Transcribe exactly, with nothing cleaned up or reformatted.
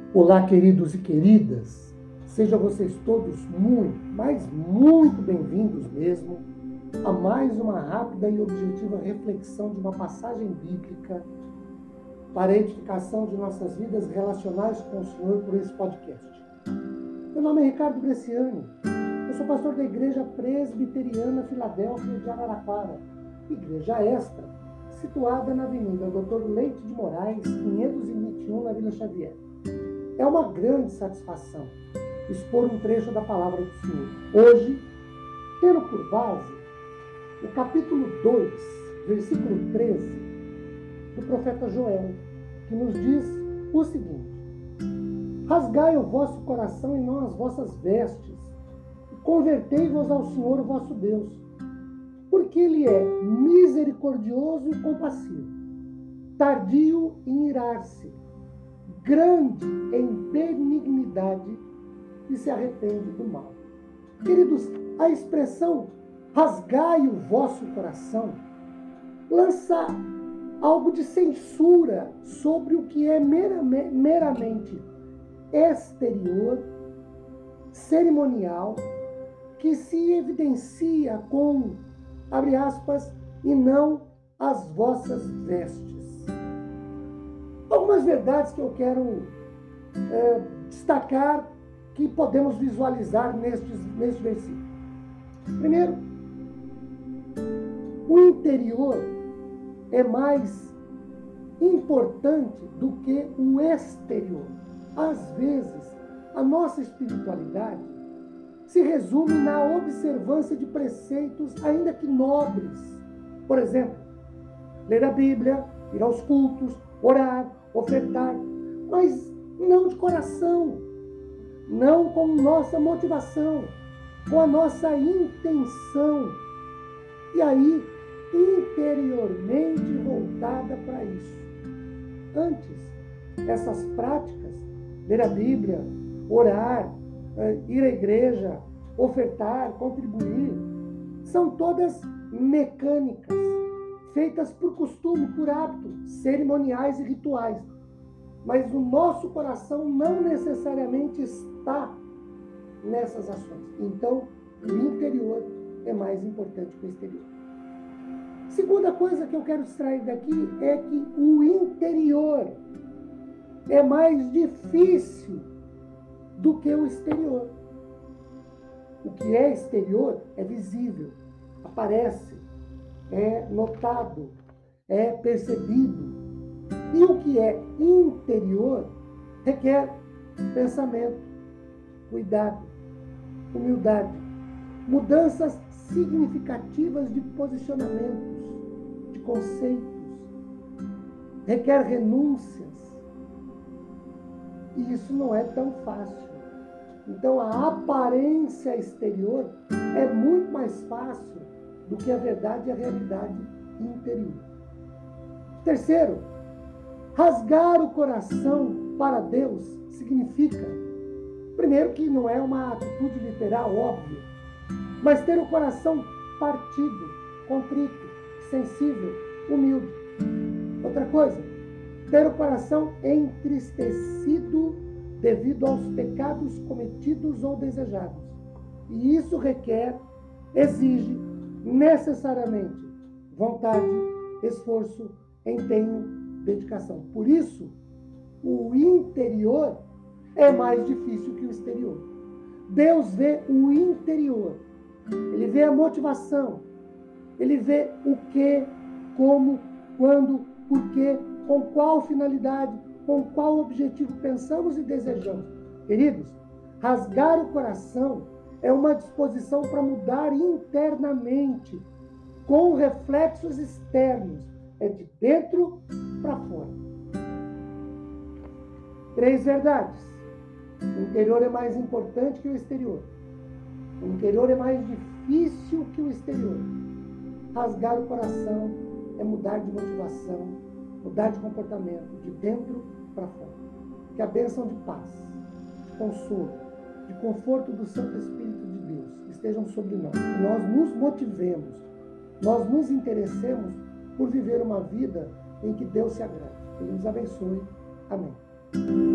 Olá, queridos e queridas, sejam vocês todos muito, mas muito bem-vindos mesmo a mais uma rápida e objetiva reflexão de uma passagem bíblica para a edificação de nossas vidas relacionais com o Senhor por esse podcast. Meu nome é Ricardo Bresciani, eu sou pastor da Igreja Presbiteriana Filadélfia de Araraquara, igreja esta, situada na Avenida doutor Leite de Moraes, quinhentos e vinte e um, na Vila Xavier. É uma grande satisfação expor um trecho da palavra do Senhor. Hoje, tendo por base o capítulo dois, versículo treze, do profeta Joel, que nos diz o seguinte: rasgai o vosso coração e não as vossas vestes, e convertei-vos ao Senhor vosso Deus, porque Ele é misericordioso e compassivo, tardio em irar-se, grande em benignidade e se arrepende do mal. Queridos, a expressão rasgai o vosso coração lança algo de censura sobre o que é meramente exterior, cerimonial, que se evidencia com, abre aspas, e não as vossas vestes. Algumas verdades que eu quero é, destacar, que podemos visualizar nestes, neste versículo. Primeiro, o interior é mais importante do que o exterior. Às vezes, a nossa espiritualidade se resume na observância de preceitos, ainda que nobres. Por exemplo, ler a Bíblia, ir aos cultos, orar, ofertar, mas não de coração, não com nossa motivação, com a nossa intenção. E aí, interiormente voltada para isso. Antes, essas práticas, ler a Bíblia, orar, ir à igreja, ofertar, contribuir, são todas mecânicas, feitas por costume, por hábito, cerimoniais e rituais. Mas o nosso coração não necessariamente está nessas ações. Então, o interior é mais importante que o exterior. Segunda coisa que eu quero extrair daqui é que o interior é mais difícil do que o exterior. O que é exterior é visível, aparece, é notado, é percebido. E o que é interior requer pensamento, cuidado, humildade, mudanças significativas de posicionamentos, de conceitos, requer renúncias. E isso não é tão fácil. Então, a aparência exterior é muito mais fácil do que a verdade e a realidade interior. Terceiro, rasgar o coração para Deus significa, primeiro, que não é uma atitude literal, óbvio, mas ter o coração partido, contrito, sensível, humilde. Outra coisa, ter o coração entristecido devido aos pecados cometidos ou desejados. E isso requer, exige, necessariamente, vontade, esforço, empenho, dedicação. Por isso, o interior é mais difícil que o exterior. Deus vê o interior. Ele vê a motivação. Ele vê o que, como, quando, porquê, com qual finalidade, com qual objetivo pensamos e desejamos. Queridos, rasgar o coração é uma disposição para mudar internamente, com reflexos externos. É de dentro para fora. Três verdades. O interior é mais importante que o exterior. O interior é mais difícil que o exterior. Rasgar o coração é mudar de motivação, mudar de comportamento, de dentro para fora. Que a bênção de paz, de consolo, de conforto do Santo Espírito de Deus estejam sobre nós. Que nós nos motivemos, nós nos interessemos por viver uma vida em que Deus se agrade. Que Ele nos abençoe. Amém.